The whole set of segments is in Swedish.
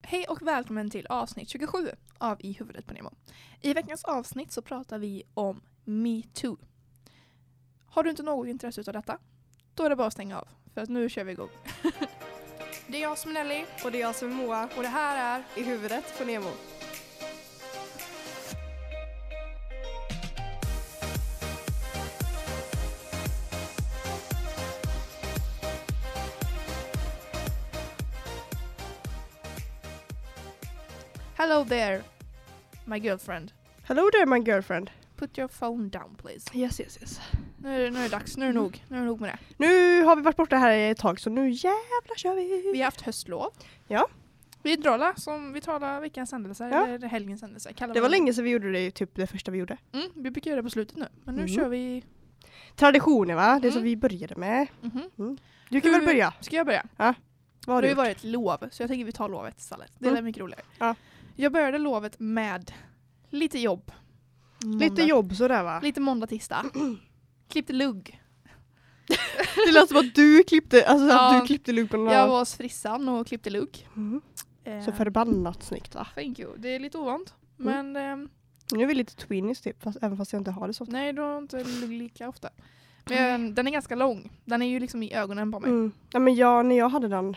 Hej och välkommen till avsnitt 27 av I huvudet på Nemo. I veckans avsnitt så pratar vi om Me Too. Har du inte något intresse av detta? Då är det bara att stänga av, för att nu kör vi igång. Det är jag som är Nelly. Och det är jag som är Moa. Och det här är I huvudet på Nemo. Hello there, my girlfriend. Hello there my girlfriend. Put your phone down please. Yes. Nu är det dags, nu är det nog. Nu är det nog med det. Nu har vi varit borta här ett tag så nu jävlar kör vi. Vi har haft höstlov. Ja. Vi drar som vi talar veckans händelser, Ja. eller helgens händelser. Det var länge sedan vi gjorde det, typ det första vi gjorde. Vi brukar göra det på slutet nu, men nu kör vi... Traditioner va? Det som vi började med. Du kan väl börja? Ska jag börja? Ja. Vad har Det du har ju gjort? varit lov, så jag tänker vi tar lovet istället. Det är mycket roligare. Ja. Jag började lovet med lite jobb. Lite jobb sådär va? Lite måndag, tisdag. Klippte lugg. Det låter som att du klippte, alltså Ja. att du klippte lugg på någon Jag annan. var hos frissan och klippte lugg. Så förbannat snyggt va? Thank you. Det är lite ovant. Men Nu är vi lite twinnies typ, även fast jag inte har det så ofta. nej, då har jag inte lugg lika ofta. Men den är ganska lång. Den är ju liksom i ögonen på mig. Ja, men när jag hade den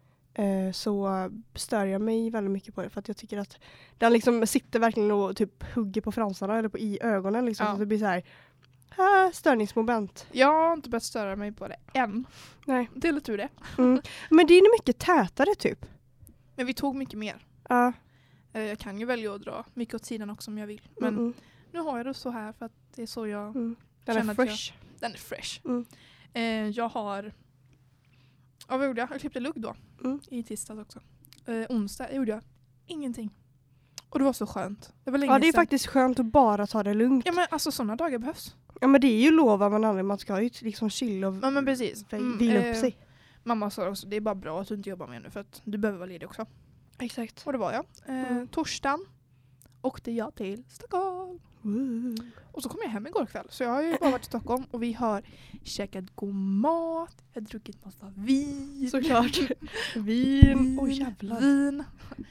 så stör jag mig väldigt mycket på det. För att jag tycker att den liksom sitter verkligen och typ hugger på fransarna eller i ögonen. Liksom, Ja. så det blir så här störningsmoment. Jag har inte börjat störa mig på det än. Nej. Det är lite tur det. Men det är nog mycket tätare typ. Men vi tog mycket mer. Ja. Jag kan ju välja att dra mycket åt sidan också om jag vill. Men nu har jag det så här för att det är så jag Den känner är att fresh. Den är fresh. Mm. Jag har... Ja, vad gjorde jag? Jag klippte lugg då. I tisdags också. Onsdag gjorde jag ingenting. Och det var så skönt. Det var länge Ja, det är sedan. faktiskt skönt att bara ta det lugnt. Ja, men alltså sådana dagar behövs. Ja, men det är ju lova man aldrig. Man ska ju liksom chilla och Ja, men precis. vila upp sig. Mamma sa också, det är bara bra att du inte jobbar med nu för att du behöver vara ledig också. Exakt. Och det var jag. Torsdagen åkte jag till Stockholm. Och så kom jag hem igår kväll. Så jag har ju bara varit i Stockholm och vi har käkat god mat. Jag har druckit massa vin. Såklart. Vin. Oj jävlar. Vin.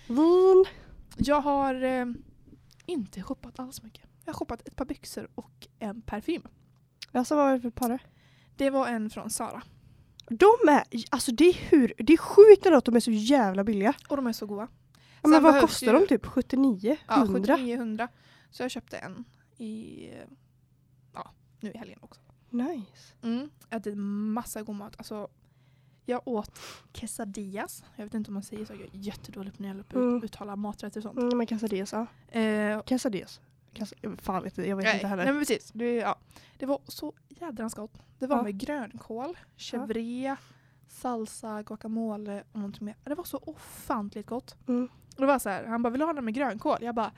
Jag har inte shoppat alls mycket. Jag har shoppat ett par byxor och en parfym. Alltså vad var det för par? Det var en från Zara. De är, alltså det är sjukt att de är så jävla billiga. Och de är så goda. Ja, men vad behövs kostar de typ? 79? Ja, 100? 79-100. Så jag köpte en nu i helgen också. Nice. Jag ätit massa god mat. Alltså, jag åt quesadillas. Jag vet inte om man säger så. Jag är jättedålig på när jag uttalar maträtter och sånt. Men quesadillas, ja. Quesadillas. Fan vet jag vet inte heller. Nej men precis. Det var så jädrans gott. Det var med grönkål, chèvre, salsa, guacamole och någonting mer. Det var så ofantligt gott. Och det var så här, han bara, vill du ha den med grönkål? Jag bara,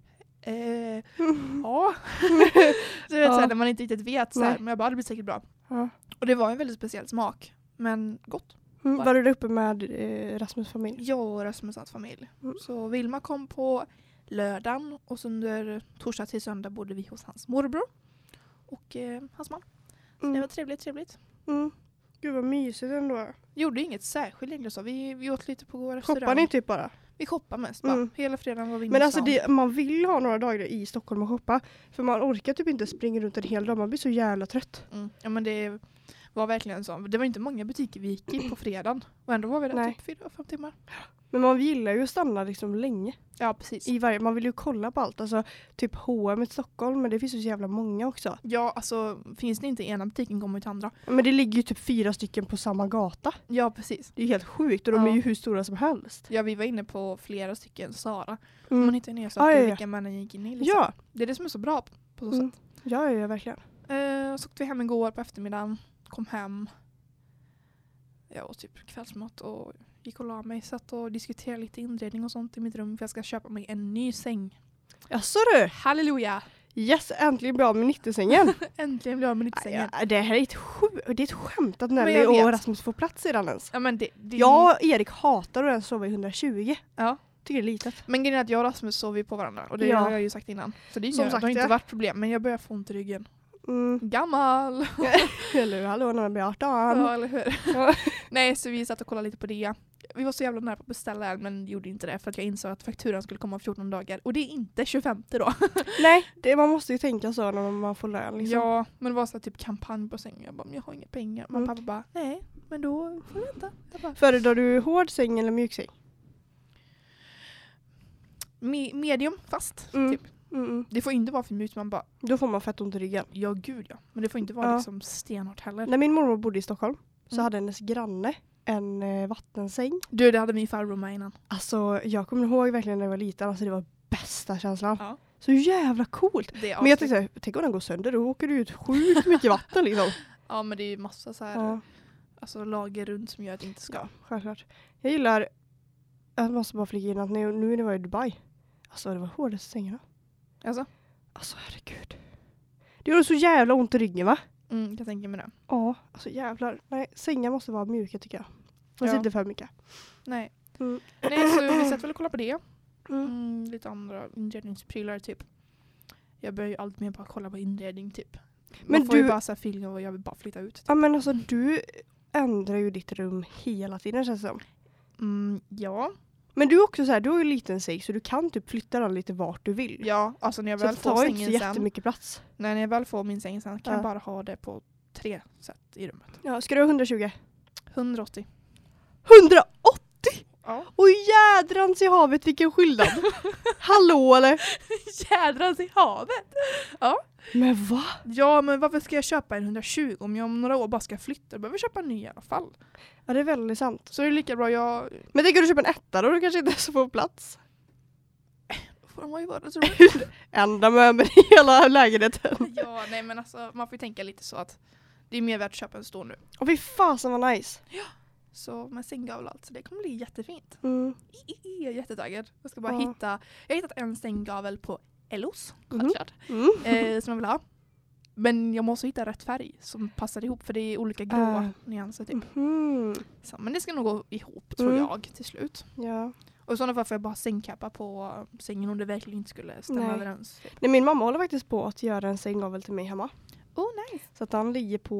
ja. Du vet såhär, när man inte riktigt vet så här, men jag bara, det blir säkert bra. Ja. Och det var en väldigt speciell smak, men gott. Var du där uppe med Rasmus familj? Jag och Rasmus familj. Så Vilma kom på lördagen och så under torsdag till söndag bodde vi hos hans morbror och hans man. Så det var trevligt. Gud vad mysigt ändå. Gjorde inget särskilt egentligen så. Vi åt lite på restaurang. Shoppar ni typ bara? Vi shoppar mest bara. Hela fredagen var vi inne Men i alltså stan. man vill ha några dagar i Stockholm och shoppa. För man orkar typ inte springa runt en hel dag. Man blir så jävla trött. Ja men det var verkligen så. Det var inte många butiker vi gick i på fredagen. Och ändå var vi där typ 4-5 timmar. Men man gillar ju att stanna liksom länge. Ja, precis. Man vill ju kolla på allt. Alltså typ H&M i Stockholm, men det finns ju så jävla många också. Ja, alltså finns det inte i ena butiken kommer till andra. Men det ligger ju typ 4 stycken på samma gata. Ja, precis. Det är helt sjukt och de är ju hur stora som helst. Ja, vi var inne på flera stycken Zara. Man hittar ner så vilka man gick in i. Liksom. Ja. Det är det som är så bra på så sätt. Ja, verkligen. Så åkte vi hem igår på eftermiddagen. Kom hem. Jag åt typ kvällsmat och gick och la mig. Satt och diskuterade lite inredning och sånt i mitt rum. För jag ska köpa mig en ny säng. Jaså du? Halleluja! Yes, äntligen bra med 90-sängen. Äntligen blir jag med 90-sängen. Ja, det här är ett skämt att Nelly och Rasmus får plats i den ens. Ja, men Jag och Erik hatar att den sova i 120. Ja. Tycker det är litet. Men grejen är att jag och Rasmus sover på varandra. Och det har jag ju sagt innan. Så det är det har inte varit problem. Men jag börjar få ont i ryggen. Gammal! Eller hallå när man blir 18. Ja, eller hur? Ja. Nej, så vi satt och kollade lite på det. Vi var så jävla nära på att beställa en, men gjorde inte det för att jag insåg att fakturan skulle komma om 14 dagar. Och det är inte 25 då. Nej, man måste ju tänka så när man får lön. Liksom. Ja, men det var så här typ kampanj på sängen. Jag bara, men jag har inga pengar. Men pappa bara, nej, men då får du vänta. Föredrar du hård säng eller mjuk säng? Medium fast, typ. Det får inte vara för mjukt, man bara... Då får man fett ont i ryggen. Ja, gud ja. Men det får inte vara liksom stenhårt heller. När min mormor bodde i Stockholm så hade hennes granne en vattensäng. Du, det hade min farbror med innan. Alltså, jag kommer ihåg verkligen när jag var liten. Alltså, det var bästa känslan. Ja. Så jävla coolt. Men jag tänkte, tänk om den går sönder. Då åker du ut sjukt mycket vatten liksom. Ja, men det är ju massa så här alltså, lager runt som gör att det inte ska. Ja, självklart. Jag gillar, jag måste bara flika in att nu när jag var i Dubai. Alltså, det var hårdaste sängarna. Alltså, herregud. Det gjorde så jävla ont i ryggen, va? Jag tänker med det. Ja, alltså jävlar. Nej, sängar måste vara mjuka tycker jag. Fast inte för mycket. Nej. Nej, så vi sätter väl och kollar på det. Lite andra inredningsprylar typ. Jag börjar ju allt mer bara kolla på inredning typ. Men man får ju bara så här feeling av att jag vill bara flytta ut. Typ. Ja, men alltså du ändrar ju ditt rum hela tiden, känns det som. Ja. Men du är också så här, du har ju en liten säng så du kan typ flytta den lite vart du vill. Ja, alltså när jag så väl får sängen sen. Så jättemycket plats. När jag väl får min säng sen kan jag bara ha det på 3 sätt i rummet. Ja, ska du ha 120? 180. 180? Ja. Oj jädrans i havet, vilken skillnad. Hallå eller? Jädrans i havet? Ja. Men va? Ja, men varför ska jag köpa en 120 om jag om några år bara ska flytta? Jag behöver köpa en ny i alla fall. Ja, det är väldigt sant. Så det är lika bra jag... Men tänker du köpa en etta då? Du kanske inte så får plats. Får de ju vara, tror du? Enda möbeln i hela lägenheten. Ja, nej men alltså man får ju tänka lite så att det är mer värt att köpa en stor nu. Och fy fasen vad nice. Ja. Så med sänggavel och allt, så det kommer bli jättefint. Jag är jättetaggad. Jag ska bara hitta... Jag har hittat en sänggavel på Ellos, självklart. Som jag vill ha. Men jag måste hitta rätt färg som passar ihop, för det är olika gråa nyanser typ. Så, men det ska nog gå ihop, tror jag, till slut. Ja. Och i sådana fall får jag bara sängkappa på sängen om det verkligen inte skulle stämma överens. Nej, min mamma håller faktiskt på att göra en sänggavel till mig hemma. Oh, nice. Så att han ligger på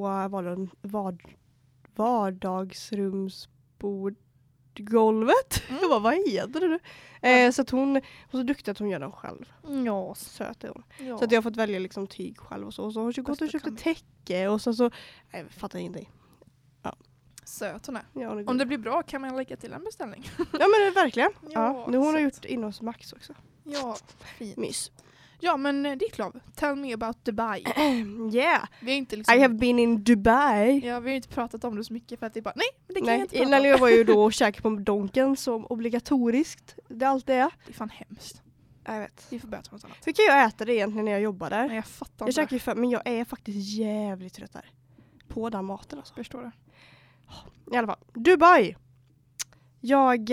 vardagsrumsbordgolvet. Jag bara, vad heter det nu? Så att hon är så duktig att hon gör den själv. Ja, söt är hon. Ja. Så att jag har fått välja liksom tyg själv och så. Så har hon gått och köpt ett täcke och så jag fattar ingenting. Ja. Söt hon är. Ja, hon är om det blir bra kan man lägga till en beställning. Ja, men verkligen. Ja, nu hon har gjort inom Max också. Ja, fint. Mys. Ja, men ditt lov. Tell me about Dubai. Yeah. Vi har inte liksom... I have been in Dubai. Ja, vi har inte pratat om det så mycket för att det är bara, nej, men det kan jag inte innan prata om. jag var ju då och käkade på Donken som obligatoriskt. Det är allt det är. Det är fan hemskt. Jag vet. Vi får börja ta något annat. Hur kan jag äta det egentligen när jag jobbar där? Nej, jag fattar Jag inte. käkar ju men jag är faktiskt jävligt trött där. På den maten alltså. Förstår du? I alla fall. Dubai. Jag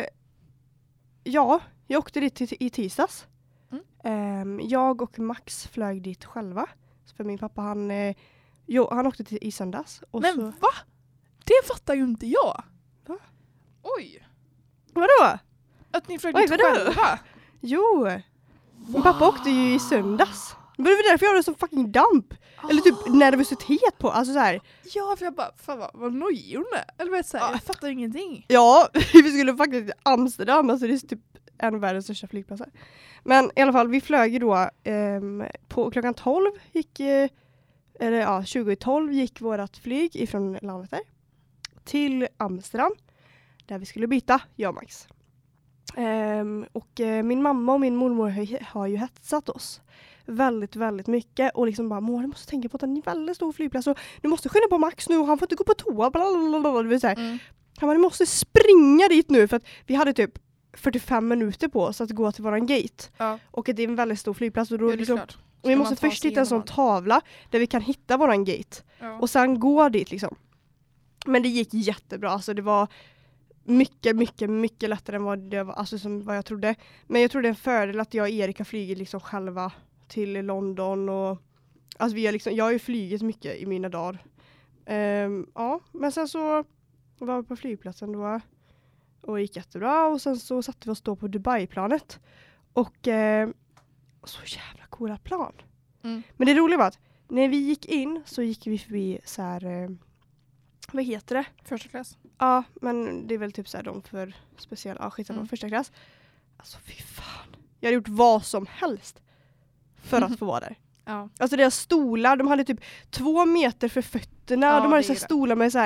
åkte dit i tisdags. Jag och Max flög dit själva. För min pappa han åkte till i söndags. Och men så... va? Det fattar ju inte jag. Va? Oj. Vadå? Att ni flög dit själva? Jo. Min pappa åkte ju i söndags. Det var därför jag hade så fucking damp. Eller typ nervositet på. Alltså så här. Ja, för jag bara, fan vad nöjd hon är. Eller vet så här, jag fattar ingenting. Ja, vi skulle faktiskt till Amsterdam. Alltså det är typ en av världens största flygplatser. Men i alla fall, vi flög då på klockan 12 gick 20:12 gick vårat flyg ifrån Landvetter till Amsterdam där vi skulle byta, jag och Max. Och min mamma och min mormor har ju hetsat oss väldigt, väldigt mycket och liksom bara, du måste tänka på att det är en väldigt stor flygplats och du måste skynda på Max nu och han får inte gå på toa. Han bara, du måste springa dit nu för att vi hade typ 45 minuter på oss att gå till våran gate. Ja. Och det är en väldigt stor flygplats. Och då liksom, vi måste först hitta en sån tavla där vi kan hitta våran gate. Ja. Och sen gå dit liksom. Men det gick jättebra. Alltså det var mycket, mycket, mycket lättare än vad det var, alltså som vad jag trodde. Men jag tror det är en fördel att jag och Erik har flugit liksom själva till London. Och, alltså jag har ju flugit mycket i mina dagar. Ja, men sen så var vi på flygplatsen då. Och det gick jättebra. Och sen så satte vi oss då på Dubai-planet. Och så jävla coola plan. Men det roliga var att när vi gick in så gick vi förbi så här, vad heter det? Första klass. Ja, men det är väl typ så här de för speciell, skitsamma, första klass. Alltså fy fan. Jag hade gjort vad som helst för att få vara där. Ja. Alltså deras stolar, de hade typ 2 meter för fötterna. Ja, de hade det så här är det. stolar med så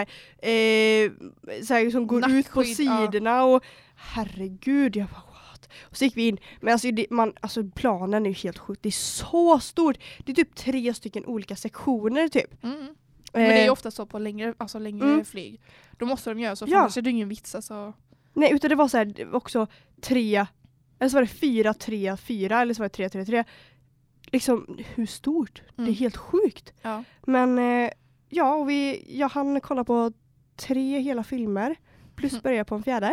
här som går ut på Nackskydd, sidorna. Och herregud, jag bara what? Och så gick vi in. Men alltså, planen är ju helt sjukt. Det är så stort. Det är typ 3 stycken olika sektioner typ. Men det är ju ofta så på längre flyg. Då måste de göra så, för annars är det ingen vits. Alltså. Nej, utan det var så här, det var också 3, eller så var det 4-3-4, eller så var det 3-3-3. Liksom, hur stort? Det är helt sjukt. Ja. Men och jag hann kolla på 3 hela filmer, plus börja på en 4.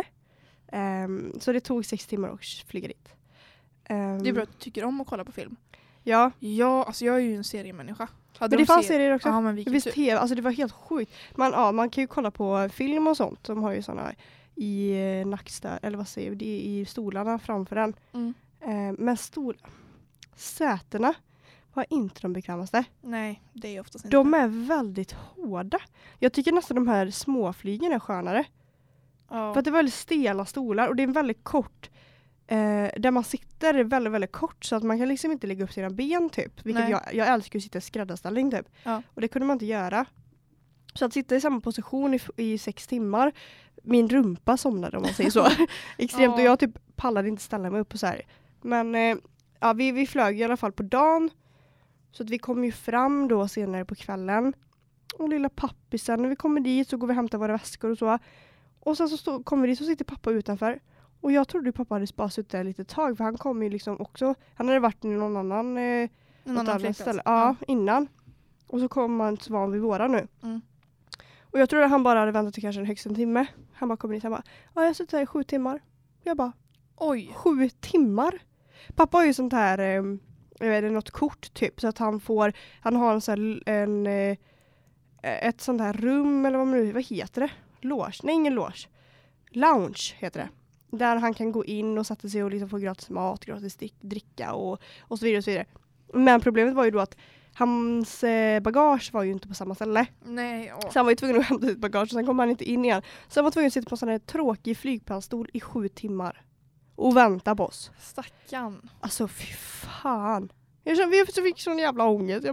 Så det tog 6 timmar att flyga dit. Det är bra att du tycker om att kolla på film. Ja. Ja, alltså jag är ju en seriemänniska. Men det fanns serier också. Ja, men det finns TV, alltså det var helt sjukt. Man kan ju kolla på film och sånt. De har ju såna i nackstöd, eller vad säger vi, i stolarna framför den. Men sätena var inte de bekvämaste. Nej, det är oftast inte. De är väldigt hårda. Jag tycker nästan de här småflygen är skönare. Ja. För att det är väldigt stela stolar och det är en väldigt kort där man sitter är väldigt, väldigt kort så att man kan liksom inte lägga upp sina ben typ. Vilket jag älskar att sitta i skräddarställning typ. Ja. Och det kunde man inte göra. Så att sitta i samma position i 6 timmar, min rumpa somnade om man säger så. Extremt. Och jag typ pallade inte ställa mig upp och så här. Men vi flög i alla fall på dagen. Så att vi kom ju fram då senare på kvällen. Och lilla pappisen, när vi kommer dit så går vi och hämtar våra väskor och så. Och sen så kommer vi dit och sitter pappa utanför. Och jag trodde pappa hade bara suttit där lite tag. För han kom ju liksom också, han hade varit i någon annan ställe. Ja, innan. Och så kom han så var vi våra nu. Och jag trodde han bara hade väntat till kanske högst en timme. Han bara kommer dit och bara, jag har suttit här i 7 timmar. Jag bara, oj. 7 timmar? Pappa har ju sånt här, jag vet inte, något kort typ. Så att han har en sån här, ett sånt här rum, eller vad heter det? Loge? Nej, ingen loge. Lounge heter det. Där han kan gå in och sätta sig och liksom få gratis mat, gratis dricka och så vidare och så vidare. Men problemet var ju då att hans bagage var ju inte på samma ställe. Nej. Så han var ju tvungen att hämta sitt bagage och sen kom han inte in igen. Så han var tvungen att sitta på en sån här tråkig flygplansstol i 7 timmar. Och vänta på oss. Stackarn. Alltså fy fan. Vi fick sån jävla ångest.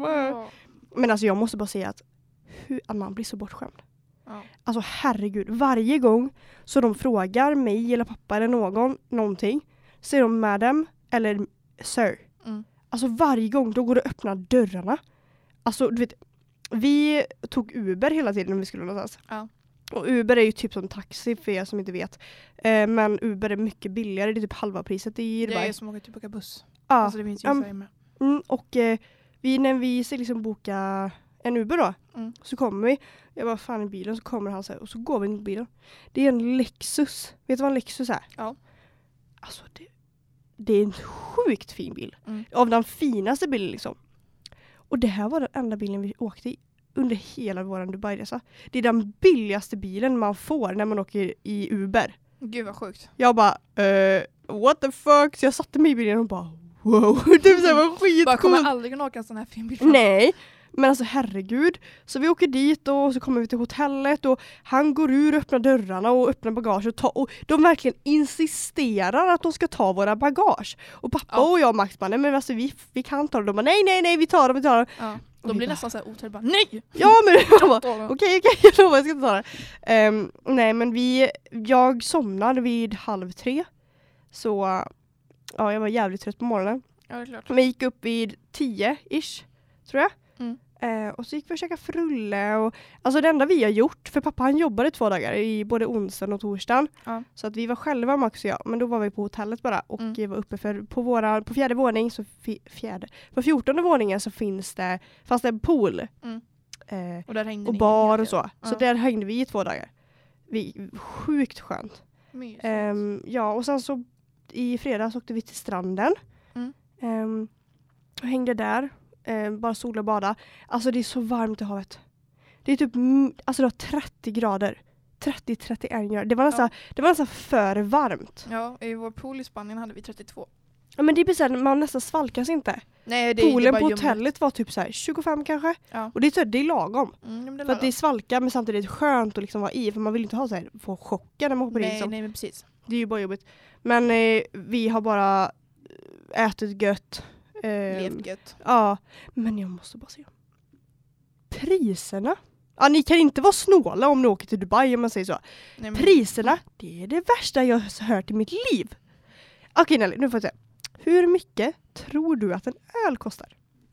Men alltså jag måste bara säga att man blir så bortskämd. Ja. Alltså herregud, varje gång så de frågar mig eller pappa eller någonting, så är de madam eller sir. Alltså varje gång då går det att öppna dörrarna. Alltså du vet, vi tog Uber hela tiden när vi skulle någonstans. Ja. Och Uber är ju typ som taxi för er som inte vet. Men Uber är mycket billigare, det är typ halva priset i Dubai. Det är som att åka buss. Ja. Alltså det finns ju i Sverige med. Och när vi ska liksom boka en Uber då, så kommer vi. Jag bara fan i bilen, så kommer han så här, och så går vi in i bilen. Det är en Lexus. Vet du vad en Lexus är? Ja. Alltså det är en sjukt fin bil. Av den finaste bilen liksom. Och det här var den enda bilen vi åkte i under hela vår Dubai-resa. Det är den billigaste bilen man får när man åker i Uber. Gud vad sjukt. Jag bara, what the fuck? Så jag satte mig i bilen och bara, wow. Det var skitcoolt. Jag kommer aldrig kunna åka en sån här fin bil. Nej. Men alltså herregud. Så vi åker dit och så kommer vi till hotellet och han går ur och öppnar dörrarna och öppnar bagage och de verkligen insisterar att de ska ta våra bagage. Och pappa och jag och Max bara, nej men alltså vi kan ta dem. De bara, nej, vi tar dem. Ja. De blir nästan så här otrevliga. Nej! Ja men okej, jag lovar jag ska ta det. Nej men jag somnade vid 2:30. Så jag var jävligt trött på morgonen. Ja, det är klart. Men gick upp vid 10-ish, tror jag. Och så gick vi och käkade frulle. Och, alltså det enda vi har gjort, för pappa han jobbade 2 dagar i både onsdagen och torsdagen. Ja. Så att vi var själva, Max och jag. Men då var vi på hotellet bara och var uppe på 4:e våning. Så på 14:e våningen så fanns det en pool. Och där hängde och bar och så. Ja. Så där hängde vi i 2 dagar. Sjukt skönt. Och sen så i fredags åkte vi till stranden. Och hängde där. Bara sola och bada. Alltså det är så varmt i havet. Det är typ alltså det var 30 grader. 30-31 grader. Det var nästan för varmt. Ja, i vår pool i Spanien hade vi 32. Ja, men det blir så här, man nästan svalkas inte. Nej, Poolen bara på ljummet. hotellet var typ så här 25 kanske. Ja. Och det är lagom. Men det är För att det är lagom. svalka men samtidigt skönt att liksom vara i. För man vill inte ha så här, få chockar när man hoppar in. Liksom. Nej, men precis. Det är ju bara jobbigt. Men vi har bara ätit gött. Levt gött. Ja, men jag måste bara se. Priserna. Ja, ni kan inte vara snåla om ni åker till Dubai om man säger så. Nej, men, Priserna, det är det värsta jag har hört i mitt liv. Okej Nelly, nu får jag se. Hur mycket tror du att en öl kostar?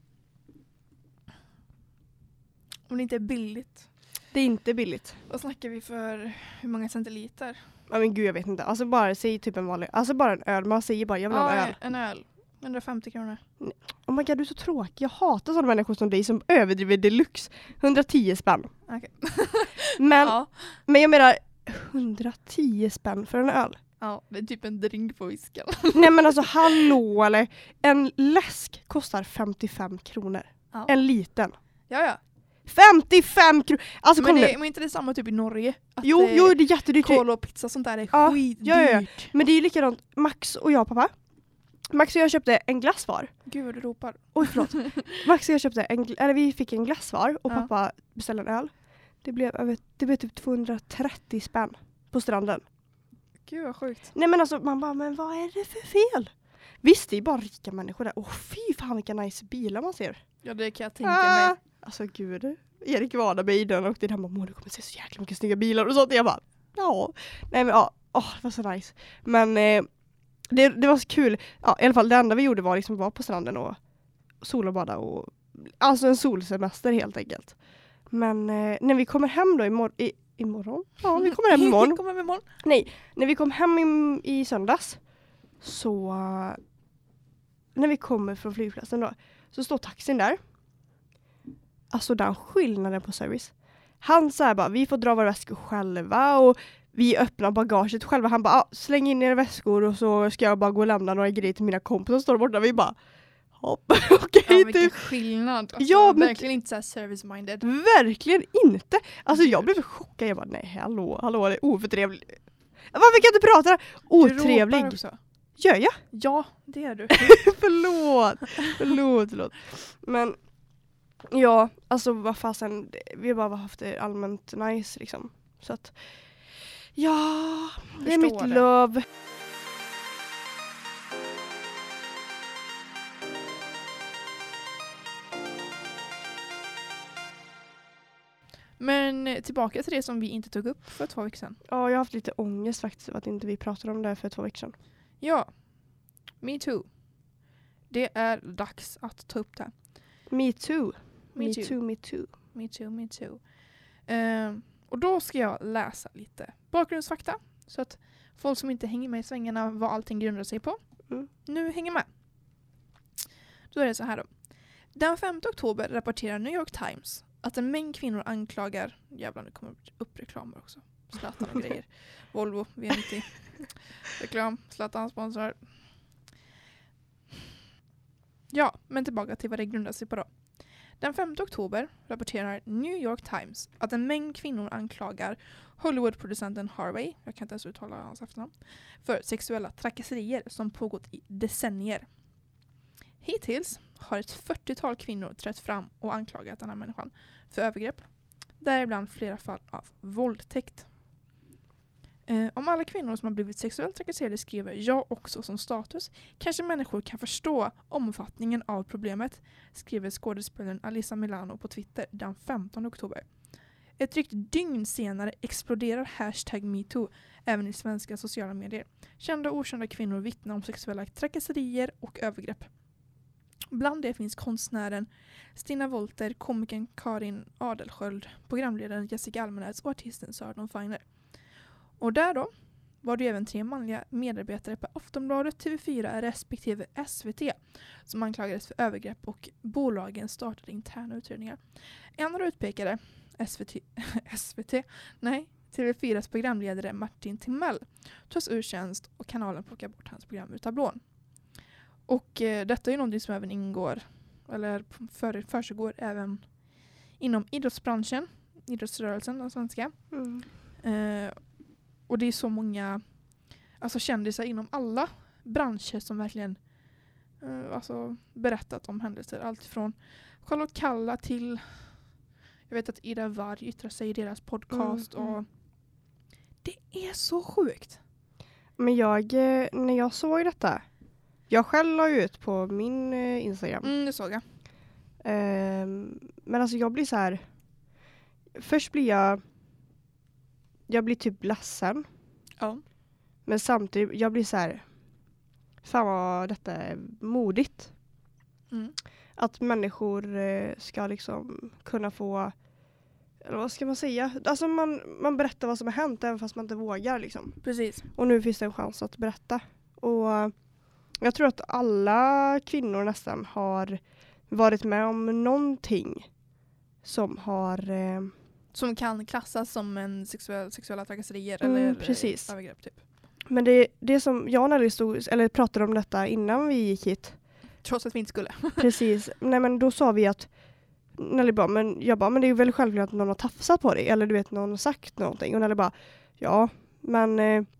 om det inte är billigt. Det är inte billigt. Vad snackar vi för hur många centiliter? Ja men gud jag vet inte. Alltså bara säg typ en vanlig. Alltså bara en öl. Man säger bara jag vill ha en öl. En öl. 150 kronor. Oh my god du är så tråkig. Jag hatar sådana människor som dig som överdriver deluxe. 110 spänn. Okej. Men, Ja. men jag menar 110 spänn för en öl. Ja, det är typ en drink på whisken. Nej men alltså hallå eller. En läsk kostar 55 kronor. Ja. En liten. Ja. 55 kronor. Alltså Men kom nu. men inte det samma typ i Norge? Att, Jo, det är jättedyrt. Cola och pizza och sånt där är Ja, skitdyrt. ja. Men det är ju likadant. Max och jag pappa. Max och jag köpte en glass var. Gud vad du ropar. Oj förlåt. Max och jag köpte vi fick en glass var och Ja. pappa beställde en öl. Det blev typ 230 spänn på stranden. Gud vad sjukt. Nej men alltså man bara, men vad är det för fel? Visst det är bara rika människor där. Fy fan vilka nice bilar man ser. Ja det kan jag tänka mig. Alltså gud. Erik var där med i den och det där bara, du kommer se så jäkla mycket snygga bilar och sånt. Jag bara, ja. Nej men ja, det var så nice. Men det var så kul. Ja, i alla fall det enda vi gjorde var liksom vara på stranden och solbada och alltså en solsemester helt enkelt. Men när vi kommer hem då imorgon? Ja, vi kommer hem imorgon. Kommer vi imorgon? Nej, när vi kom hem i söndags så när vi kommer från flygplatsen då så står taxin där. Alltså den skillnaden på service. Han sa bara, vi får dra våra väskor själva och vi öppnar bagaget själva. Han bara, släng in era väskor och så ska jag bara gå och lämna några grejer till mina kompisar som står borta. Vi bara, hopp, okej. Ja, vilken skillnad. Alltså, Ja, men verkligen inte så här service-minded. verkligen inte. Alltså jag blev chockad. Jag bara, nej hallå, det är oförtrevligt. Varför kan jag inte prata? Du ropar Otrevlig. också. Gör jag? Ja, det är du. Förlåt. Men ja, alltså vad fasen, vi har bara haft det allmänt nice liksom. Så att ja, det är mitt Förstår det. love. Men tillbaka till det som vi inte tog upp för 2 veckor sedan. Ja, jag har haft lite ångest faktiskt att inte vi pratade om det här för 2 veckor sedan. Ja, me too. Det är dags att ta upp det. Me too. Me too. Och då ska jag läsa lite bakgrundsfakta. Så att folk som inte hänger med i svängarna vad allting grundar sig på. Nu hänger med. Då är det så här då. Den 5 oktober rapporterar New York Times att en mängd kvinnor anklagar... Jävlar, nu kommer upp reklamer också. Zlatan och grejer. Volvo, V90. Reklam, Zlatan sponsrar. Ja, men tillbaka till vad det grundar sig på då. Den 5 oktober rapporterar New York Times att en mängd kvinnor anklagar Hollywood-producenten Harvey, jag kan inte ens uttala hans efternamn, för sexuella trakasserier som pågått i decennier. Hittills har ett 40-tal kvinnor trätt fram och anklagat den här människan för övergrepp, däribland flera fall av våldtäkt. Om alla kvinnor som har blivit sexuellt trakasserade skriver jag också som status, kanske människor kan förstå omfattningen av problemet, skriver skådespelaren Alyssa Milano på Twitter den 15 oktober. Ett drygt dygn senare exploderar #MeToo även i svenska sociala medier. Kända och okända kvinnor vittnar om sexuella trakasserier och övergrepp. Bland det finns konstnären Stina Wolter, komikern Karin Adelsköld, programledaren Jessica Almenäs och artisten Sarah Dawn Finer. Och där då var det även 3 manliga medarbetare på Aftonbladet, TV4 respektive SVT som anklagades för övergrepp och bolagen startade interna utredningar. En av de utpekade TV4s programledare Martin Timell tas ur tjänst och kanalen plockar bort hans program ur tablån. Och detta är ju någonting som även ingår eller försiggår även inom idrottsbranschen, idrottsrörelsen, den svenska. Och det är så många kändisar inom alla branscher som verkligen alltså berättat om händelser. Allt från Charlotte Kalla till jag vet att Ida Warg yttrar sig i deras podcast och det är så sjukt. Men när jag såg detta, jag själv la ut på min Instagram. Det såg jag. Men alltså jag blir så här, först blir jag blir typ ledsen. Ja. Men samtidigt, jag blir så här, fan vad detta är modigt. Att människor ska liksom kunna få, eller vad ska man säga? Alltså man berättar vad som har hänt även fast man inte vågar liksom. Precis. Och nu finns det en chans att berätta. Och jag tror att alla kvinnor nästan har varit med om någonting som har som kan klassas som en sexuella trakasserier eller precis. övergrepp typ. Men det som jag och Nelly pratade om detta innan vi gick hit. Trots att vi inte skulle. Precis. Nej men då sa vi att Nelly bara, men det är ju väl självklart att någon har tafsat på dig. Eller du vet, någon har sagt någonting. Och Nelly bara, ja, men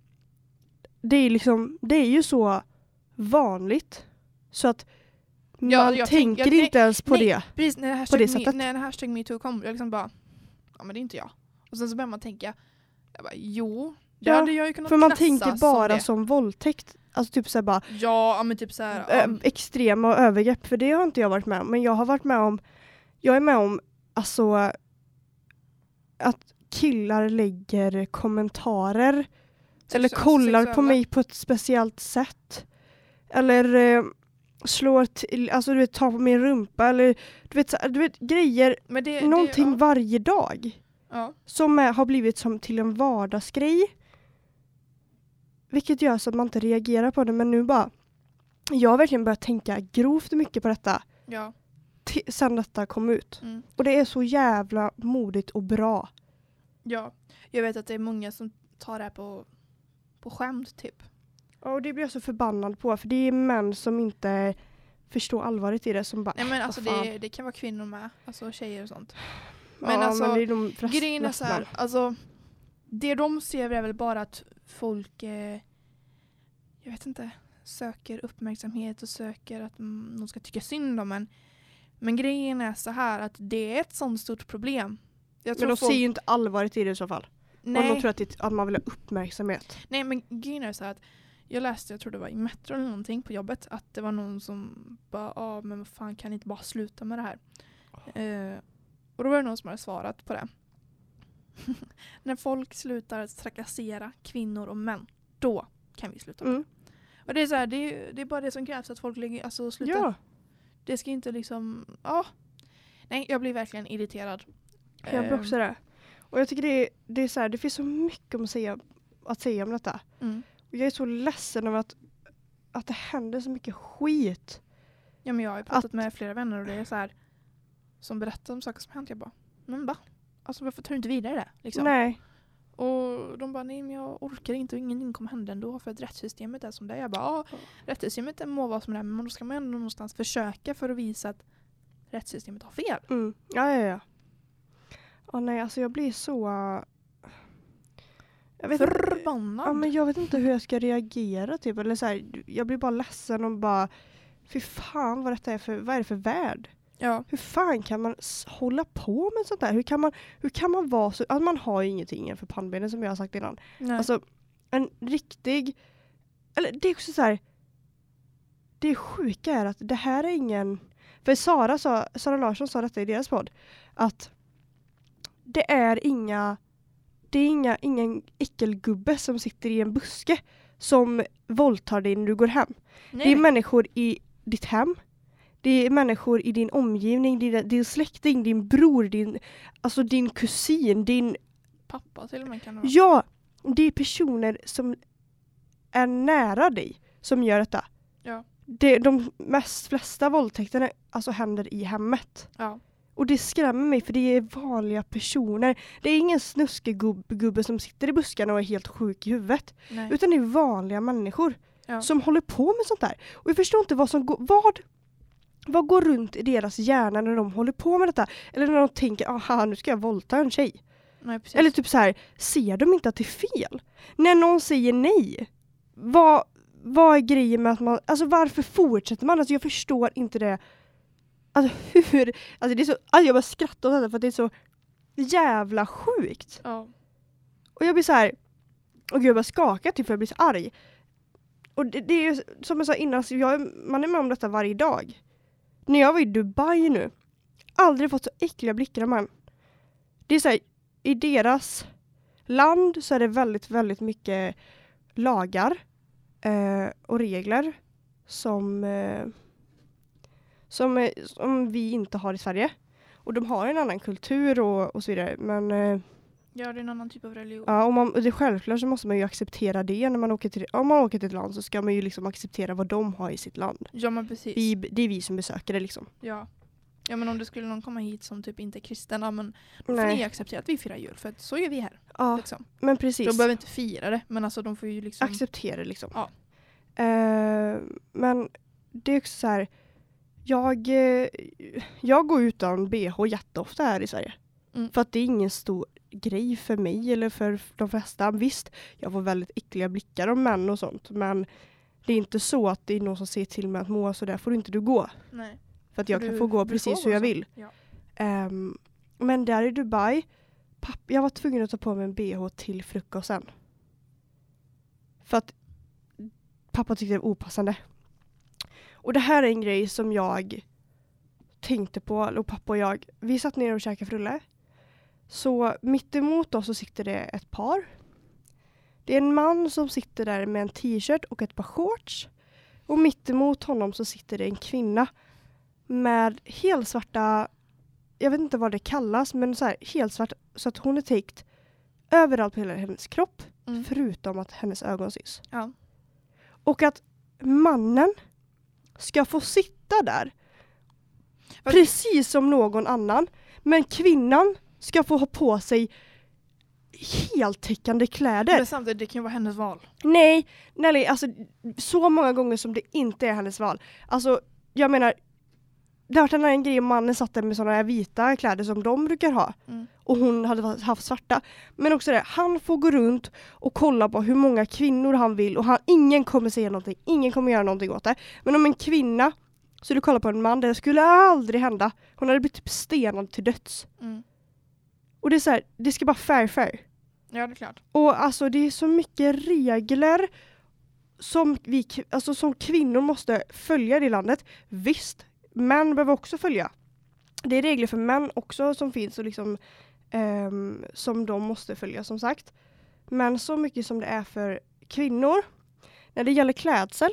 det är ju så vanligt. Så att man tänker inte ens på det. Precis, på det sättet. När hashtag MeToo kom, jag liksom bara, ja men det är inte jag. Och sen så börjar man tänka, jag bara, jo, det hade jag ju kunnat för man klassa tänker bara som våldtäkt. Alltså typ såhär bara, ja men typ såhär extrema övergrepp, för det har inte jag varit med om. Men jag är med om alltså att killar lägger kommentarer eller kollar på mig på ett speciellt sätt. Eller slår till, alltså du vet, tar på min rumpa eller du vet grejer, men någonting varje dag. Ja. Som har blivit som till en vardagsgrej. Vilket gör så att man inte reagerar på det, men nu bara jag har verkligen börjat tänka grovt mycket på detta. Ja. Sen detta kom ut. Och det är så jävla modigt och bra. Ja, jag vet att det är många som tar det här på skämt typ. Och det blir jag så förbannad på, för det är män som inte förstår allvaret i det som bara... Nej men alltså det kan vara kvinnor med, alltså tjejer och sånt. Men ja, alltså men det är de grejen är så här, alltså det de ser är väl bara att folk jag vet inte, söker uppmärksamhet och söker att de ska tycka synd om en. Men grejen är så här att det är ett sånt stort problem. Jag tror men de ser ju inte allvaret i det i så fall. Nej. Och de tror att man vill ha uppmärksamhet. Nej, men grejen är så här att jag tror det var i Metro eller någonting på jobbet, att det var någon som bara, men vad fan, kan ni inte bara sluta med det här? Och då var det någon som hade svarat på det. När folk slutar trakassera kvinnor och män, då kan vi sluta med det. Och det är så här, det är bara det som krävs, att folk slutar. Ja. Det ska inte liksom, nej, jag blir verkligen irriterad. Jag blir också det. Och jag tycker det är så här, det finns så mycket att säga om detta. Och jag är så ledsen över att det händer så mycket skit. Ja, men jag har ju pratat med flera vänner och det är så här som berättar om saker som hänt. Jag bara, men va? Alltså varför tar du inte vidare det? Liksom. Nej. Och de bara, nej men jag orkar inte och ingenting kommer hända ändå för att rättssystemet är som det är. Jag bara, rättssystemet må vara som det är, men då ska man ändå någonstans försöka för att visa att rättssystemet har fel. Ja. Nej, alltså jag blir så... förbannad. Ja, men jag vet inte hur jag ska reagera typ. Eller så här, jag blir bara ledsen och bara, fy fan vad detta är vad är det för värld? Ja. Hur fan kan man hålla på med sånt där? Hur kan man vara så... Alltså man har ju ingenting för pannbenen som jag har sagt innan. Nej. Alltså en riktig... Eller det är också så här... Det sjuka är att det här är ingen... För Sara Larsson sa detta i deras podd. Att det är ingen äckelgubbe som sitter i en buske som våldtar dig när du går hem. Nej. Det är människor i ditt hem. Det är människor i din omgivning, din släkting, din bror, din kusin, din... Pappa till och med kan det vara. Ja, det är personer som är nära dig som gör detta. Ja. De flesta våldtäkterna alltså händer i hemmet. Ja. Och det skrämmer mig, för det är vanliga personer. Det är ingen snuskegubbe som sitter i buskarna och är helt sjuk i huvudet. Nej. Utan det är vanliga människor som håller på med sånt där. Och jag förstår inte vad går runt i deras hjärna när de håller på med detta. Eller när de tänker, nu ska jag våldta en tjej. Nej, precis. Eller typ så här, ser de inte att det är fel? När någon säger nej, vad är grejen med att man, alltså varför fortsätter man? Alltså jag förstår inte det. Alltså hur, alltså det är så, alltså jag bara skrattar åt det för att det är så jävla sjukt. Ja. Och jag blir så här, och gud jag bara skakar typ för jag blir så arg. Och det är ju som jag sa innan, så man är med om detta varje dag. När jag var i Dubai nu, aldrig fått så äckliga blickar av man. Det är så här, i deras land så är det väldigt, väldigt mycket lagar och regler som vi inte har i Sverige. Och de har en annan kultur och så vidare. Men, ja, det är en annan typ av religion. ja, och det är självklart så måste man ju acceptera det. När man åker om man åker till ett land så ska man ju liksom acceptera vad de har i sitt land. Ja, men precis. Det är vi som besöker det liksom. Ja. Ja, men om det skulle någon komma hit som typ inte är kristen, ja, men då får ni acceptera att vi firar jul. För att så gör vi här. Ja, liksom. men precis. De behöver inte fira det, men alltså de får ju liksom... acceptera det liksom. Ja. Men det är också så här, jag går utan BH jätteofta här i Sverige. För att det är ingen stor grej för mig eller för de flesta. Visst, jag får väldigt äckliga blickar om män och sånt. Men det är inte så att det är någon som säger till mig att Moa, så där får inte du gå. Nej. För att jag kan få gå precis hur jag vill. Ja. Men där i Dubai, jag var tvungen att ta på mig en BH till frukosten. För att pappa tyckte det var opassande. Och det här är en grej som jag tänkte på, och pappa och jag, vi satt ner och käkade frulle. Så mitt emot oss så sitter det ett par. Det är en man som sitter där med en t-shirt och ett par shorts. Och mitt emot honom så sitter det en kvinna med helt svarta, jag vet inte vad det kallas, men så här helt svart, så att hon är täckt överallt på hela hennes kropp, förutom att hennes ögon syns. Ja. Och att mannen ska få sitta där precis som någon annan, men kvinnan ska få ha på sig heltäckande kläder. Men samtidigt, det kan ju vara hennes val. Nej, Nelly, alltså så många gånger som det inte är hennes val. Alltså, jag menar, det har varit en grej om mannen satt där med sådana här vita kläder som de brukar ha. Och hon hade haft svarta. Men också det, han får gå runt och kolla på hur många kvinnor han vill. Och ingen kommer säga någonting, ingen kommer göra någonting åt det. Men om en kvinna, så du kollar på en man, det skulle aldrig hända. Hon hade blivit typ stenad till döds. Och det är så här, det ska bara fair. Ja, det är klart. Och alltså det är så mycket regler som som kvinnor måste följa i det landet. Visst, män behöver också följa. Det är regler för män också som finns och liksom som de måste följa, som sagt. Men så mycket som det är för kvinnor när det gäller klädsel.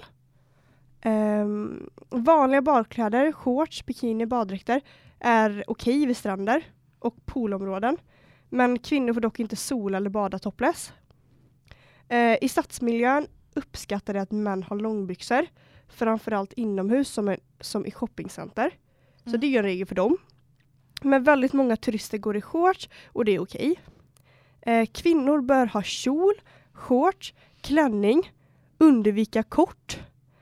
Vanliga badkläder, shorts, bikini, baddräkter är okej vid stränder och poolområden. Men kvinnor får dock inte sola eller bada topless. I stadsmiljön uppskattar det att män har långbyxor. Framförallt inomhus som i shoppingcenter. Så det är ju en regel för dem. Men väldigt många turister går i shorts och det är okej. Kvinnor bör ha kjol, shorts, klänning, undvika kort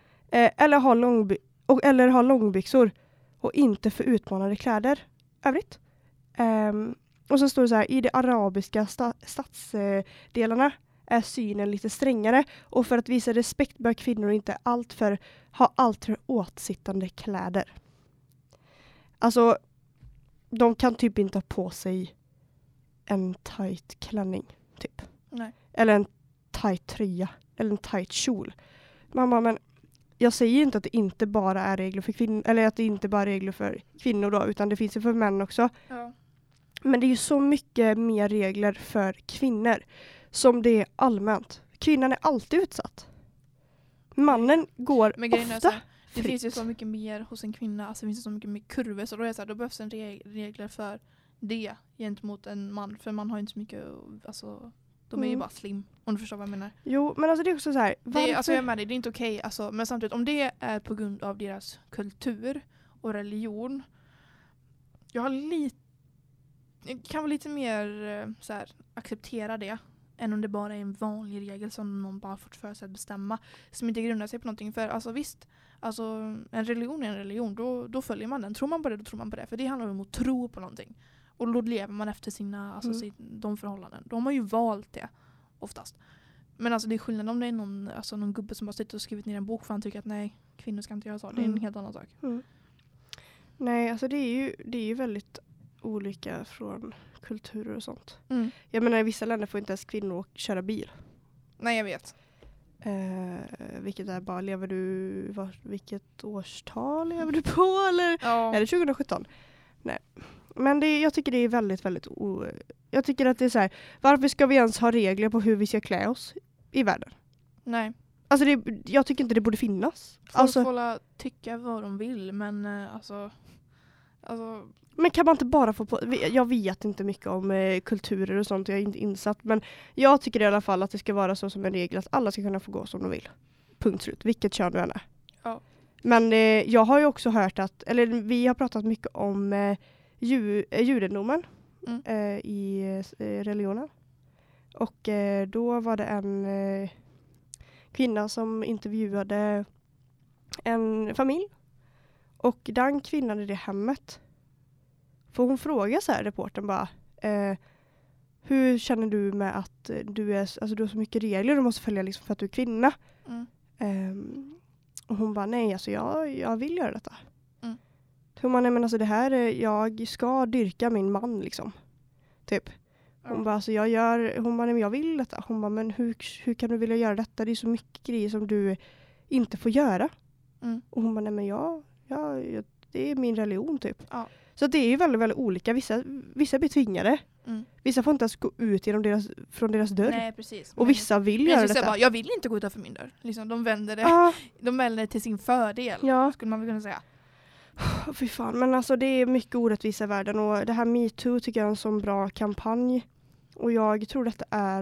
eller ha långbyxor och inte för utmanande kläder övrigt. Och så står det så här, i de arabiska stadsdelarna är synen lite strängare och för att visa respekt bör kvinnor inte ha alltför åtsittande kläder. Alltså, de kan typ inte ha på sig en tight klänning, typ. Nej. Eller en tight tröja, eller en tight kjol. Mamma, men jag säger inte att det inte bara är regler för kvinnor, eller att det inte bara är regler för kvinnor då, utan det finns ju för män också. Ja. Men det är ju så mycket mer regler för kvinnor som det är allmänt. Kvinnan är alltid utsatt. Mannen går ofta det finns ju så mycket mer hos en kvinna, alltså det finns så mycket mer kurvor, så då är det så här, då behövs en regler för det gentemot en man, för man har inte så mycket, alltså de är ju bara slim, om du förstår vad jag menar. Jo, men alltså det är också så här, varför? Alltså jag är med dig, det är inte okej, alltså, men samtidigt om det är på grund av deras kultur och religion, jag kan vara lite mer så här, acceptera det än om det bara är en vanlig regel som någon bara fått för sig att bestämma, som inte grundar sig på någonting. För alltså visst, alltså en religion är en religion, då följer man den. Tror man på det, då tror man på det. För det handlar om att tro på någonting. Och då lever man efter de förhållanden. Då har man ju valt det oftast. Men alltså det är skillnad om det är någon gubbe som bara sitter och skrivit ner en bok för han tycker att nej, kvinnor ska inte göra så. Det är en helt annan sak. Nej, alltså det är ju väldigt olika från kulturer och sånt. Jag menar i vissa länder får inte ens kvinnor köra bil. Nej, jag vet. Vilket är bara, vilket årstal lever du på? Eller är det 2017? Nej. Men jag tycker det är väldigt, väldigt jag tycker att det är så här, varför ska vi ens ha regler på hur vi ska klä oss i världen? Nej. Alltså jag tycker inte det borde finnas. Folk får tycka vad de vill, men alltså... Men kan man inte bara få på... Jag vet inte mycket om kulturer och sånt, jag är inte insatt. Men jag tycker i alla fall att det ska vara så som en regel att alla ska kunna få gå som de vill. Punkt slut, vilket kön du än är. Ja. Men jag har ju också hört vi har pratat mycket om judendomen i religionen. Och då var det en kvinna som intervjuade en familj. Och den kvinnan i det hemmet, för hon frågar så här reportern bara, hur känner du med att du har så mycket regler du måste följa liksom för att du är kvinna? Och hon bara, nej alltså jag vill göra detta. Hon bara, nej men alltså det här, jag ska dyrka min man liksom. Typ. Hon bara, alltså hon bara, nej men jag vill detta. Hon bara, men hur kan du vilja göra detta? Det är så mycket grejer som du inte får göra. Och hon bara, nej men det är min religion typ. Ja. Så det är ju väldigt, väldigt olika. Vissa blir tvingade. Vissa får inte ens gå ut från deras dörr. Nej, precis. Och vissa vill göra detta. Jag vill inte gå utanför min dörr. Liksom, de vänder det till sin fördel. Ja. Skulle man väl kunna säga. Fy fan, men alltså det är mycket orättvisa i världen. Och det här MeToo tycker jag är en sån bra kampanj. Och jag tror detta är...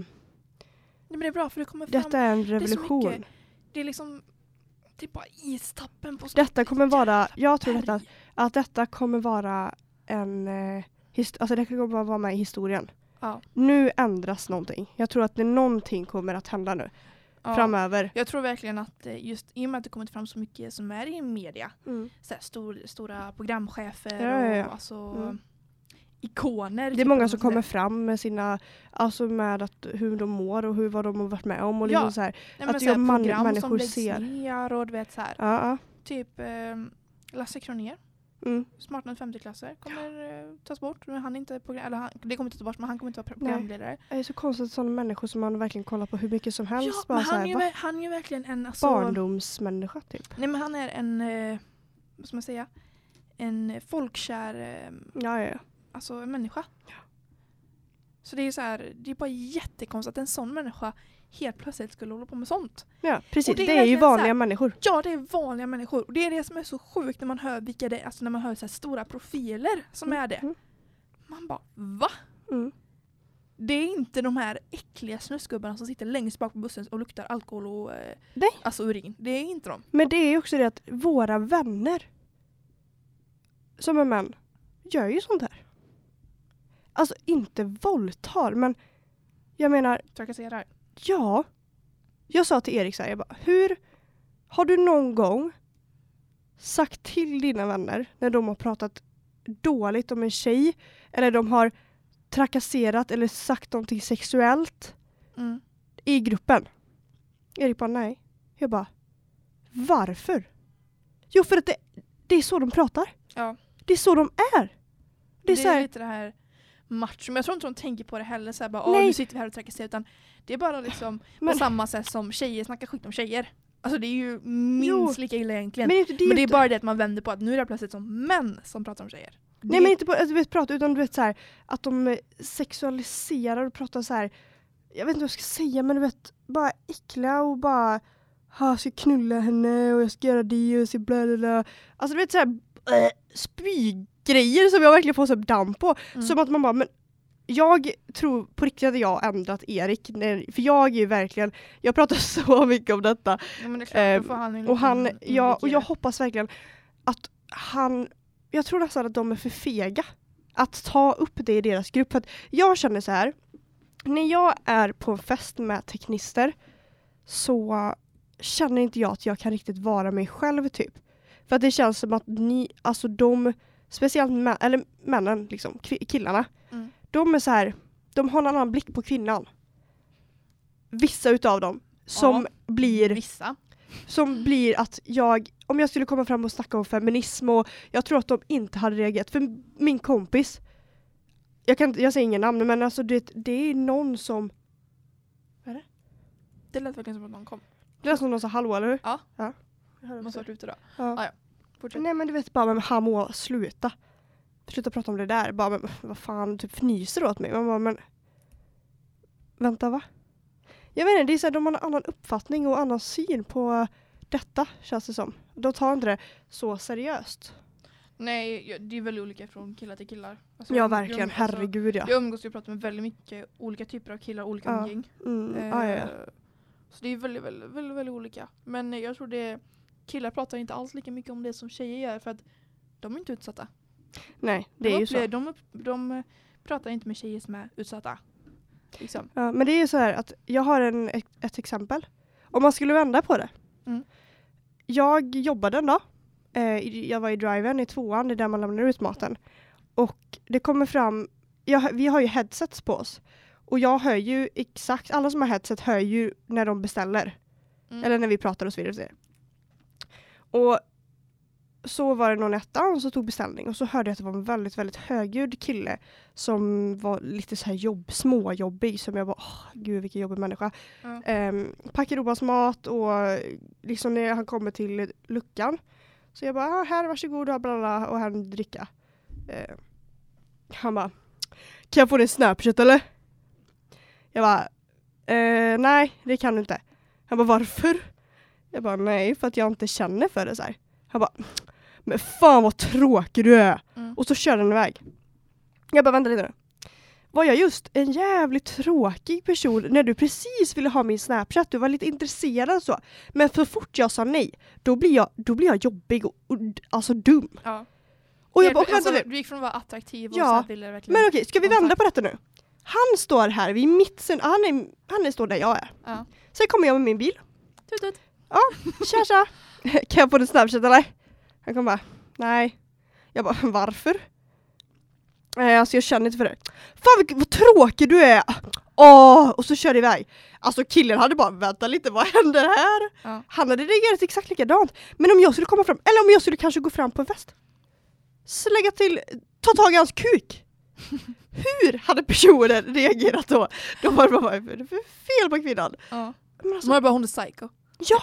men det är bra för det kommer fram... Detta är en revolution. Det är liksom... Det är bara istappen på... Detta kommer vara... Jag tror att detta kommer vara en... alltså det kommer bara vara med i historien. Ja. Nu ändras någonting. Jag tror att någonting kommer att hända nu. Ja. Framöver. Jag tror verkligen att just i och med att det kommit fram så mycket som är i media. Så här stora programchefer och alltså... ikoner. Det är många som kommer fram med sina, alltså med hur de mår och vad de har varit med om och liksom så här, att så här, program människor som läggs ser ner och du vet så här. Typ Lasse Kronér. Smartare 50-klasser kommer tas bort, men det kommer inte tas bort, men han kommer inte vara programledare. Det är så konstigt att sådana människor som man verkligen kollar på hur mycket som helst. Ja, bara men han är ju verkligen en barndomsmänniska typ. Nej, men han är en vad ska man säga, en folkkär alltså en människa. Ja. Så det är så här, det är bara jättekonstigt att en sån människa helt plötsligt skulle hålla på med sånt. Ja, precis. Det är ju vanliga människor. Ja, det är vanliga människor. Och det är det som är så sjukt när man hör vilka det är, alltså när man hör så här stora profiler som är det. Man bara, va? Det är inte de här äckliga snusgubbarna som sitter längst bak på bussen och luktar alkohol och alltså urin. Det är inte de. Men det är också det att våra vänner som är män gör ju sånt här. Alltså inte våldtar, men jag menar... Trakasserar. Ja. Jag sa till Erik så här, jag bara, har du någon gång sagt till dina vänner när de har pratat dåligt om en tjej eller de har trakasserat eller sagt någonting sexuellt i gruppen? Erik bara, nej. Jag bara, varför? Jo, för att det är så de pratar. Ja. Det är så de är. Det är så här, lite det här macho. Men jag tror inte de tänker på det heller. Så här bara, nu sitter vi här och trakasserar. Utan det är bara liksom på samma sätt som tjejer snackar skit om tjejer. Alltså det är ju minst lika illa egentligen. Men det är bara det att man vänder på att nu är det plötsligt som män som pratar om tjejer. Nej, men inte på att du vet prata, utan du vet så här, att de sexualiserar och pratar så här. Jag vet inte vad jag ska säga, men du vet, bara äckliga och bara jag ska knulla henne och jag ska göra det och så bla bla bla. Alltså du vet så här spygrejer som jag verkligen får så damp på. Som att man bara, men jag tror på riktigt att jag har ändrat Erik. För jag är ju verkligen, jag pratar så mycket om detta. Ja, men det är klart, och jag hoppas verkligen att jag tror nästan att de är för fega att ta upp det i deras grupp. För att jag känner så här, när jag är på en fest med teknister så känner inte jag att jag kan riktigt vara mig själv typ. För att det känns som att alltså speciellt männen liksom, killarna, de är så här, de har en annan blick på kvinnan. vissa utav dem som Vissa. som blir att om jag skulle komma fram och snacka om feminism, och jag tror att de inte hade reagerat. För min kompis, jag säger ingen namn, men alltså det är någon som... Vad är det? Det lät verkligen som att någon kom. Det lät som någon sa hallå, eller hur? Ja. Ja. Måste ha varit ute då. Ja. Fortsätt. Nej, men du vet bara, men han må sluta prata om det där. Bara, men vad fan, typ fnyser åt mig. Man bara, men vänta, va? Jag vet inte, det är så här, de har en annan uppfattning och annan syn på detta, känns det som. De tar inte det så seriöst. Nej, det är väldigt olika från killar till killar. Alltså, Ja, verkligen. Herregud, ja. Jag umgås och pratar med väldigt mycket olika typer av killar, olika umgäng. Ja. Så det är väldigt, väldigt, väldigt, väldigt olika. Men jag tror killar pratar inte alls lika mycket om det som tjejer gör, för att de är inte utsatta. Nej, det är ju så. De pratar inte med tjejer som är utsatta. Liksom. Ja, men det är ju så här att jag har ett exempel. Om man skulle vända på det. Mm. Jag jobbade en dag. Jag var i driven i 2:an, det är där man lämnar ut maten. Och det kommer fram, vi har ju headsets på oss. Och jag hör ju exakt, alla som har headset hör ju när de beställer. Eller när vi pratar och så vidare. Och så var det någon ettan som tog beställning. Och så hörde jag att det var en väldigt, väldigt högljudd kille som var lite så här småjobbig. Som jag bara, gud vilken jobbig människa. Packade upp hans mat och liksom när han kommer till luckan. Så jag bara, här varsågod och bla och han dricka. Han bara, kan jag få din Snapchat eller? Jag bara, nej det kan du inte. Han bara, varför? Jag bara, nej för att jag inte känner för det så här. Han bara, men fan vad tråkig du är. Och så kör den iväg. Jag bara, vänta lite nu. Var jag just en jävligt tråkig person när du precis ville ha min Snapchat? Du var lite intresserad så. Men för fort jag sa nej, då blir jag jobbig och alltså dum. Ja. Och jag bara, vänta nu. Du gick från att vara attraktiv och ja, så ville verkligen... Men okej, ska vi vända på detta nu? Han står här vid mittsen. Han står där jag är. Ja. Sen kommer jag med min bil. Tut. Ja, tja. Kan jag få din Snapchat eller? Han kommer bara, nej. Jag bara, varför? Alltså jag känner inte för det. Fan vad tråkig du är. Och så kör det iväg. Alltså killen hade bara, vänta lite, vad händer här? Ja. Han hade reagerat exakt likadant. Men om jag skulle komma fram, eller om jag skulle kanske gå fram på en fest. Slägga till, ta tag i hans kuk. Hur hade personen reagerat då? Då var det bara, det är fel på kvinnan. Ja. Men alltså, Man är bara, hon är psycho. ja!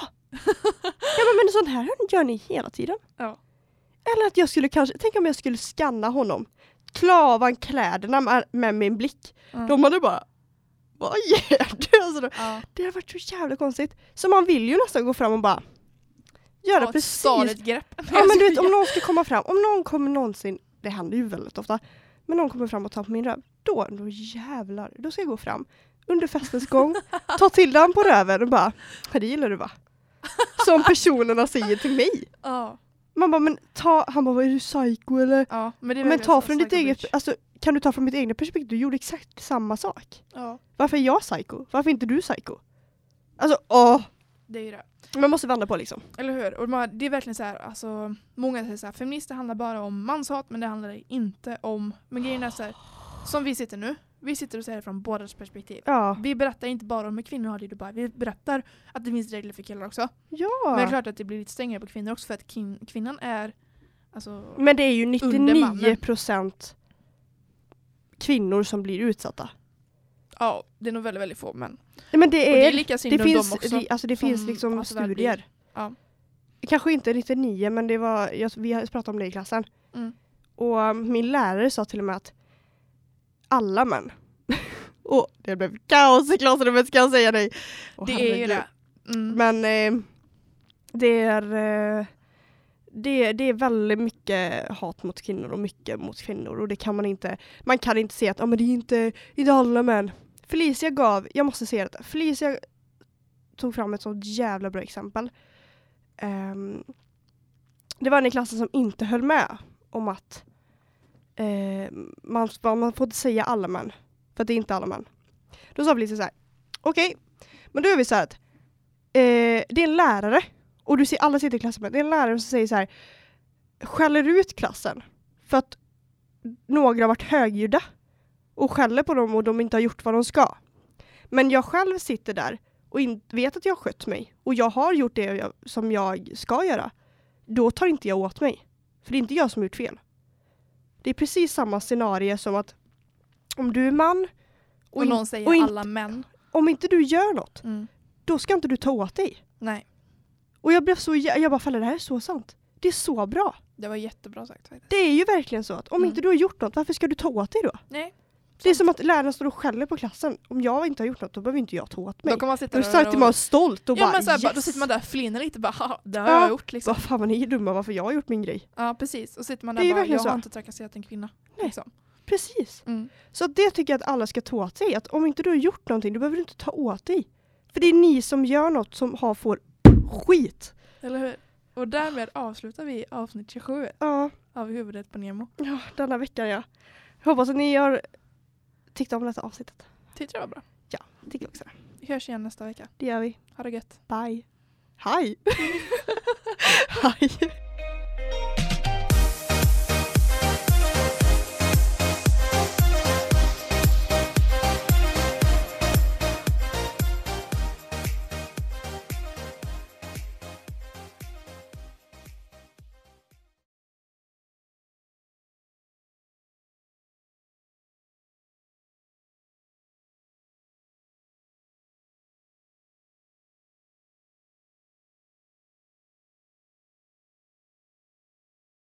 Men sånt här gör ni hela tiden. Ja. Eller att jag skulle kanske, tänk om jag skulle scanna honom. Klava kläderna med min blick. De hade bara, vad gör du? Alltså, det har varit så jävla konstigt. Så man vill ju nästan gå fram och bara göra precis. Ett grepp. Ja, men du vet, om någon ska komma fram, om någon kommer någonsin, det händer ju väldigt ofta, men någon kommer fram och tar på min röv, då jävlar, då ska jag gå fram under festens gång, ta till den på röven och bara, det gillar du va? Som personerna säger till mig. Ja. Man bara, men han bara, är du psycho eller? Ja, men ta från ditt eget, alltså kan du ta från mitt egna perspektiv? Du gjorde exakt samma sak. Ja. Varför är jag psycho? Varför är inte du psycho? Alltså, det är ju det. Man måste vända på liksom. Eller hur? Och det är verkligen så här, alltså många säger så här, feminister handlar bara om manshat, men det handlar inte om, men grejen är så här, som vi sitter nu. Vi sitter och säger från bådas perspektiv. Ja. Vi berättar inte bara om hur kvinnor har det i Dubai. Vi berättar att det finns regler för killar också. Ja. Men det är klart att det blir lite strängare på kvinnor också, för att kvinnan är alltså, men det är ju 99% kvinnor som blir utsatta. Ja, det är nog väldigt, väldigt få män. Ja, men det är lika synd om finns, dem också. alltså det finns liksom studier. Ja. Kanske inte 99, men det var, vi har pratat om det i klassen. Och min lärare sa till och med att alla män. Och det blev kaos i klassrummet, ska jag säga dig. Det är ju det. Men det är väldigt mycket hat mot kvinnor och mycket mot kvinnor. Och det kan man kan inte säga att men det är inte alla män. Jag måste säga det. Felicia tog fram ett så jävla bra exempel. Det var en i klassen som inte höll med om att man får inte säga alla män. För att det är inte alla män. Då sa Felicia så här: okej, men då är vi så här att det är en lärare, och du ser alla sitter i klassen, det är en lärare som säger så här, skäller ut klassen för att några har varit högljudda och skäller på dem och de inte har gjort vad de ska. Men jag själv sitter där och vet att jag har skött mig. Och jag har gjort det som jag ska göra. Då tar inte jag åt mig. För det är inte jag som har gjort fel. Det är precis samma scenario som att om du är man och någon säger alla män. Om inte du gör något, då ska inte du ta åt dig. Nej. Och jag bara faller, det här är så sant. Det är så bra. Det var jättebra sagt faktiskt. Det är ju verkligen så att om inte du har gjort något, varför ska du ta åt dig då? Nej. Det är som att läraren står och skäller på klassen. Om jag inte har gjort något, då behöver inte jag ta åt mig. Då kommer man sitta där och... Då är man stolt och ja, bara, men så här, yes. då sitter man där och flinar lite. Bara, det har jag gjort liksom. Vad fan, man är ju dumma varför jag har gjort min grej. Ja, precis. Och sitter man det där är och bara, jag så. har inte trakasserat en kvinna. Nej, liksom. Precis. Så det tycker jag att alla ska ta åt sig. Att om inte du har gjort någonting, då behöver du inte ta åt dig. För det är ni som gör något som får skit. Eller hur? Och därmed avslutar vi avsnitt 27 av Huvudet på Nemo. Ja, denna veckan Jag hoppas att ni har tyckt om detta avsnittet. Tyckte det var bra. Ja, det tycker jag också. Vi hörs igen nästa vecka. Det gör vi. Ha det gött. Bye. Hej! Hej!